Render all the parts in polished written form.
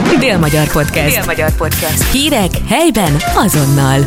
Dél-Magyar Podcast. Dél-Magyar Podcast. Hírek helyben azonnal.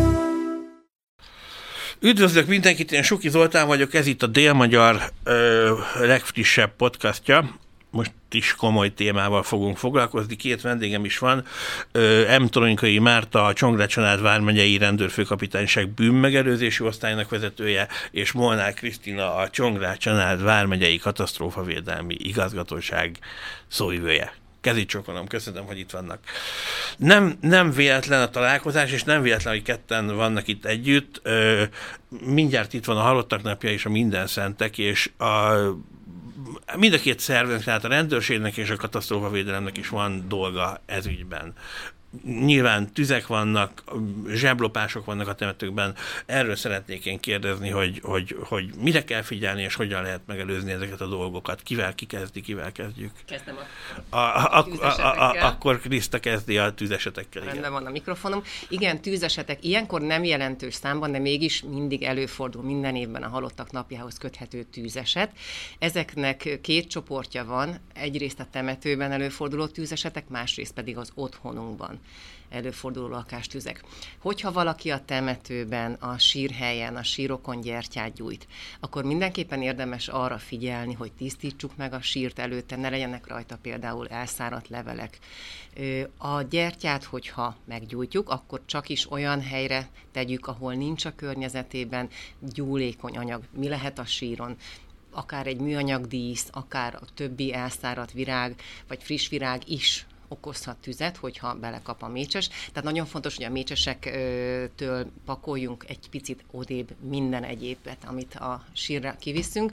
Üdvözlök mindenkit, én Suki Zoltán vagyok, ez itt a Dél-Magyar legfrissebb podcastja. Most is komoly témával fogunk foglalkozni, két vendégem is van. M. Toronkai Márta, a Csongrád vármegyei rendőrfőkapitányság bűnmegelőzési osztálynak vezetője, és Molnár Krisztina, a Csongrád vármegyei katasztrófavédelmi igazgatóság szóvivője. Kezit csokolom, köszönöm, hogy itt vannak. Nem véletlen a találkozás, és nem véletlen, hogy ketten vannak itt együtt. Mindjárt itt van a Halottak Napja és a Mindenszentek, és mind a két szervnek, tehát a rendőrségnek és a katasztrófavédelemnek is van dolga ez ügyben. Nyilván tüzek vannak, zseblopások vannak a temetőkben. Erről szeretnék én kérdezni, hogy mire kell figyelni, és hogyan lehet megelőzni ezeket a dolgokat. Kivel kivel kezdjük? Kezdem akkor Kriszta kezdi a tűzesetekkel. Rendben van a mikrofonom. Igen, tűzesetek ilyenkor nem jelentős számban, de mégis mindig előfordul minden évben a Halottak Napjához köthető tűzeset. Ezeknek két csoportja van. Egyrészt a temetőben előforduló tűzesetek, másrészt pedig az otthonunkban előforduló lakástüzek. Hogyha valaki a temetőben, a sírhelyen, a sírokon gyertyát gyújt, akkor mindenképpen érdemes arra figyelni, hogy tisztítsuk meg a sírt előtte, ne legyenek rajta például elszáradt levelek. A gyertyát, hogyha meggyújtjuk, akkor csak is olyan helyre tegyük, ahol nincs a környezetében gyúlékony anyag. Mi lehet a síron? Akár egy műanyag dísz, akár a többi elszáradt virág, vagy friss virág is okozhat tüzet, hogyha belekap a mécses. Tehát nagyon fontos, hogy a mécsesektől pakoljunk egy picit odébb minden egyébet, amit a sírra kiviszünk.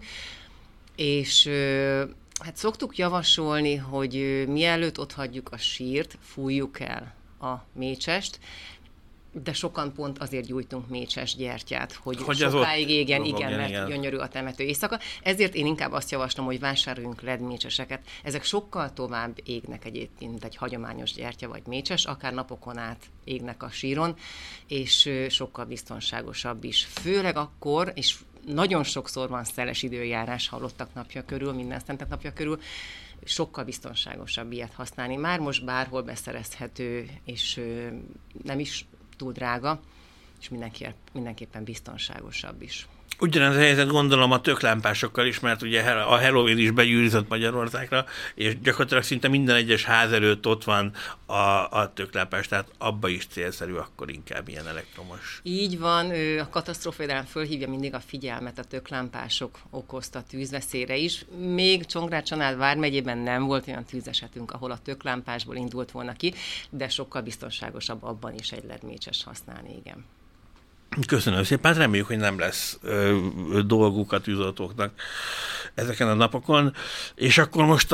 És hát szoktuk javasolni, hogy mielőtt otthagyjuk a sírt, fújjuk el a mécsest, de sokan pont azért gyújtunk mécses gyertyát, hogy sokáig égjen, mert gyönyörű a temető éjszaka. Ezért én inkább azt javaslom, hogy vásároljunk LED mécseseket. Ezek sokkal tovább égnek egyébként, mint egy hagyományos gyertya vagy mécses, akár napokon át égnek a síron, és sokkal biztonságosabb is. Főleg akkor, és nagyon sokszor van szeles időjárás Halottak Napja körül, Mindenszentek Napja körül, sokkal biztonságosabb ilyet használni. Már most bárhol beszerezhető, és nem is túl drága, és mindenképpen biztonságosabb is. Ugyanez a helyzet gondolom a töklámpásokkal is, mert ugye a Halloween is begyűrűzött Magyarországra, és gyakorlatilag szinte minden egyes ház előtt ott van a töklámpás, tehát abba is célszerű akkor inkább ilyen elektromos. Így van, a katasztrófavédelem fölhívja mindig a figyelmet a töklámpások okozta tűzveszélyre is. Még Csongrád vármegyében nem volt olyan tűzesetünk, ahol a töklámpásból indult volna ki, de sokkal biztonságosabb abban is egy LED mécses használni, igen. Köszönöm szépen, reméljük, hogy nem lesz dolguk a tűzoltóknak ezeken a napokon. És akkor most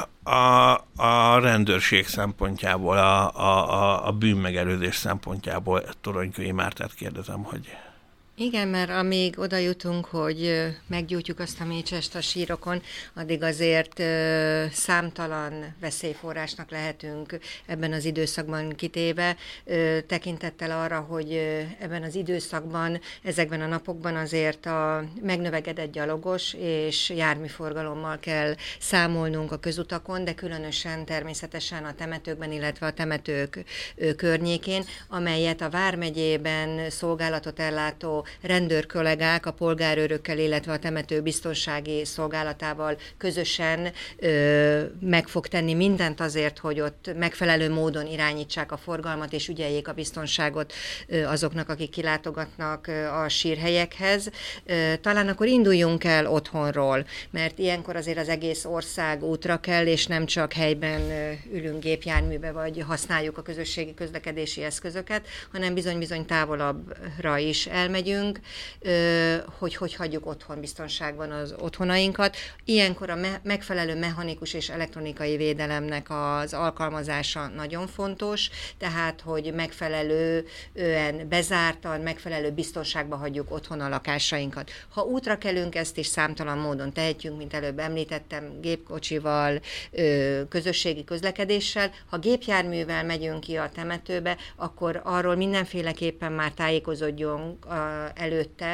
a rendőrség szempontjából, a bűnmegelőzés szempontjából Toronkai Mártát kérdezem, hogy... Igen, mert amíg oda jutunk, hogy meggyújtjuk azt a mécsest a sírokon, addig azért számtalan veszélyforrásnak lehetünk ebben az időszakban kitéve, tekintettel arra, hogy ebben az időszakban, ezekben a napokban azért a megnövekedett gyalogos és járműforgalommal kell számolnunk a közutakon, de különösen természetesen a temetőkben, illetve a temetők környékén, amelyet a vármegyében szolgálatot ellátó rendőrkollégák a polgárőrökkel, illetve a temető biztonsági szolgálatával közösen meg fog tenni mindent azért, hogy ott megfelelő módon irányítsák a forgalmat és ügyeljék a biztonságot azoknak, akik kilátogatnak a sírhelyekhez. Talán akkor induljunk el otthonról, mert ilyenkor azért az egész ország útra kell, és nem csak helyben ülünk gépjárműbe, vagy használjuk a közösségi közlekedési eszközöket, hanem bizony-bizony távolabbra is elmegyünk, hogy hagyjuk otthon biztonságban az otthonainkat. Ilyenkor a megfelelő mechanikus és elektronikai védelemnek az alkalmazása nagyon fontos, tehát, hogy megfelelően bezártan, megfelelő biztonságban hagyjuk otthon a lakásainkat. Ha útra kelünk, ezt is számtalan módon tehetjük, mint előbb említettem, gépkocsival, közösségi közlekedéssel. Ha gépjárművel megyünk ki a temetőbe, akkor arról mindenféleképpen már tájékozódjunk előtte,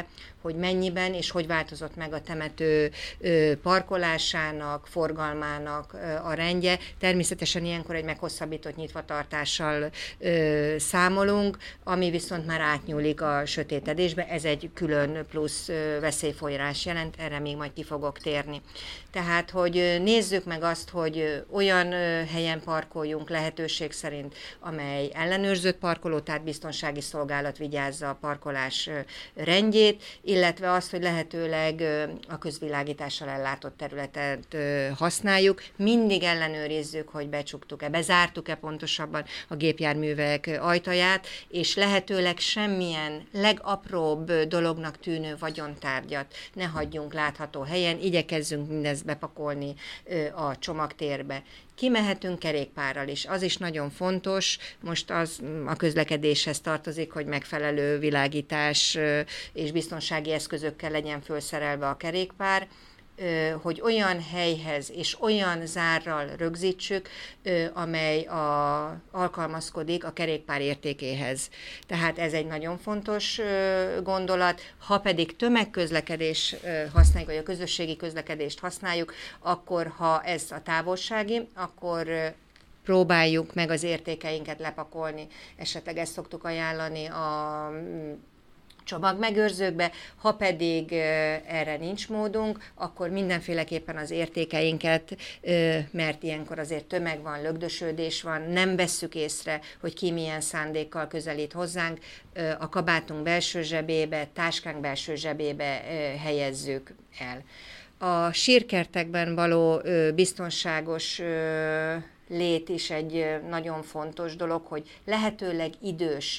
hogy mennyiben és hogy változott meg a temető parkolásának, forgalmának a rendje. Természetesen ilyenkor egy meghosszabbított nyitvatartással számolunk, ami viszont már átnyúlik a sötétedésbe. Ez egy külön plusz veszélyforrás jelent, erre még majd ki fogok térni. Tehát, hogy nézzük meg azt, hogy olyan helyen parkoljunk lehetőség szerint, amely ellenőrzött parkoló, tehát biztonsági szolgálat vigyázza a parkolás rendjét, illetve azt, hogy lehetőleg a közvilágítással ellátott területet használjuk. Mindig ellenőrizzük, hogy becsuktuk-e, bezártuk-e pontosabban a gépjárművek ajtaját, és lehetőleg semmilyen legapróbb dolognak tűnő vagyontárgyat ne hagyjunk látható helyen, igyekezzünk mindezt bepakolni a csomagtérbe. Kimehetünk kerékpárral is, az is nagyon fontos, most az a közlekedéshez tartozik, hogy megfelelő világítás és biztonsági eszközökkel legyen felszerelve a kerékpár, hogy olyan helyhez és olyan zárral rögzítsük, amely alkalmazkodik a kerékpár értékéhez. Tehát ez egy nagyon fontos gondolat. Ha pedig tömegközlekedés használjuk, vagy a közösségi közlekedést használjuk, akkor ha ez a távolsági, akkor próbáljuk meg az értékeinket lepakolni. Esetleg ezt szoktuk ajánlani a csomagmegőrzőkbe, ha pedig erre nincs módunk, akkor mindenféleképpen az értékeinket, mert ilyenkor azért tömeg van, lögdösödés van, nem vesszük észre, hogy ki milyen szándékkal közelít hozzánk, a kabátunk belső zsebébe, táskánk belső zsebébe helyezzük el. A sírkertekben való biztonságos lét is egy nagyon fontos dolog, hogy lehetőleg idős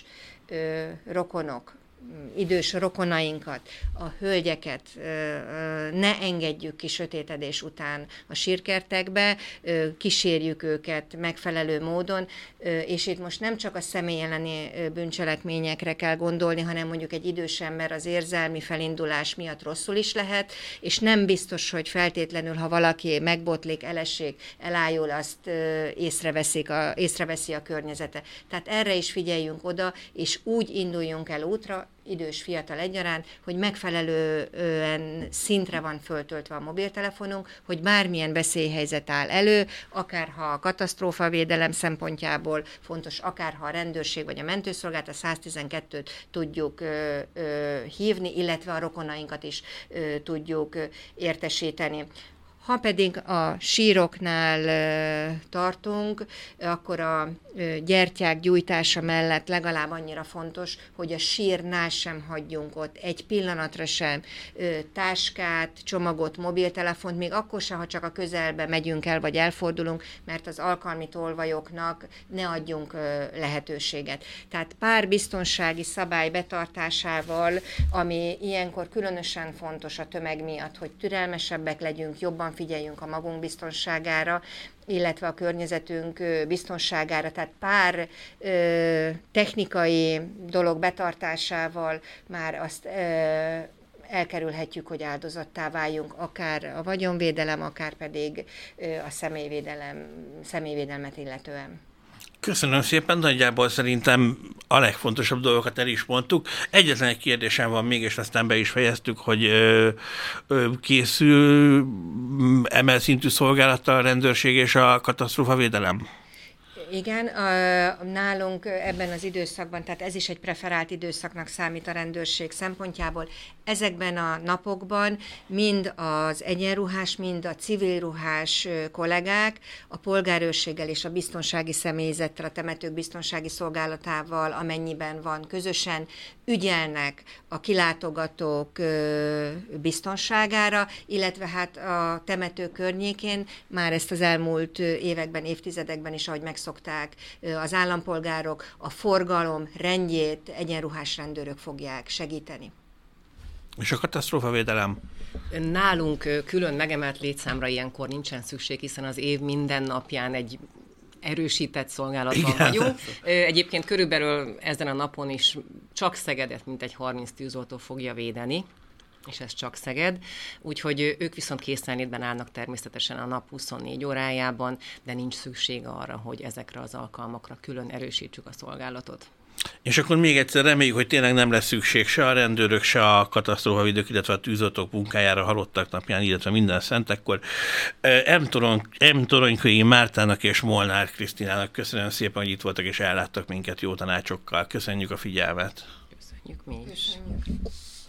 rokonainkat, a hölgyeket ne engedjük ki sötétedés után a sírkertekbe, kísérjük őket megfelelő módon, és itt most nem csak a személy elleni bűncselekményekre kell gondolni, hanem mondjuk egy idős ember az érzelmi felindulás miatt rosszul is lehet, és nem biztos, hogy feltétlenül, ha valaki megbotlik, elesik, elájul, azt észreveszi a környezete. Tehát erre is figyeljünk oda, és úgy induljunk el útra, idős, fiatal egyaránt, hogy megfelelően szintre van föltöltve a mobiltelefonunk, hogy bármilyen veszélyhelyzet áll elő, akár ha a katasztrófavédelem szempontjából fontos, akár ha a rendőrség vagy a mentőszolgálat, a 112-t tudjuk hívni, illetve a rokonainkat is tudjuk értesíteni. Ha pedig a síroknál tartunk, akkor a gyertyák gyújtása mellett legalább annyira fontos, hogy a sírnál sem hagyjunk ott egy pillanatra sem táskát, csomagot, mobiltelefont, még akkor sem, ha csak a közelbe megyünk el, vagy elfordulunk, mert az alkalmi tolvajoknak ne adjunk lehetőséget. Tehát pár biztonsági szabály betartásával, ami ilyenkor különösen fontos a tömeg miatt, hogy türelmesebbek legyünk, jobban figyeljünk a magunk biztonságára, illetve a környezetünk biztonságára, tehát pár technikai dolog betartásával már azt elkerülhetjük, hogy áldozattá váljunk, akár a vagyonvédelem, akár pedig a személyvédelmet illetően. Köszönöm szépen, nagyjából szerintem a legfontosabb dolgokat el is mondtuk. Egyetlen egy kérdésem van még, és aztán be is fejeztük, hogy készül emelszintű szolgálattal a rendőrség és a katasztrófavédelem? Igen, nálunk ebben az időszakban, tehát ez is egy preferált időszaknak számít a rendőrség szempontjából. Ezekben a napokban mind az egyenruhás, mind a civilruhás kollégák a polgárőrséggel és a biztonsági személyzettel, a temetők biztonsági szolgálatával, amennyiben van közösen, ügyelnek a kilátogatók biztonságára, illetve hát a temető környékén már ezt az elmúlt években, évtizedekben is, ahogy megszokták az állampolgárok, a forgalom rendjét egyenruhás rendőrök fogják segíteni. És a katasztrófavédelem? Nálunk külön megemelt létszámra ilyenkor nincsen szükség, hiszen az év minden napján egy erősített szolgálatban vagyunk. Egyébként körülbelül ezen a napon is csak Szegedet mintegy 30 tűzoltó fogja védeni, és ez csak Szeged, úgyhogy ők viszont készenlétben állnak természetesen a nap 24 órájában, de nincs szükség arra, hogy ezekre az alkalmakra külön erősítsük a szolgálatot. És akkor még egyszer reméljük, hogy tényleg nem lesz szükség se a rendőrök, se a katasztrófavédők, illetve a tűzoltók munkájára halottak napján, illetve minden szentekkor. M. Toronykői Mártának és Molnár Krisztinának köszönöm szépen, hogy itt voltak és elláttak minket jó tanácsokkal. Köszönjük a figyelmet. Köszönjük mi is. Köszönjük.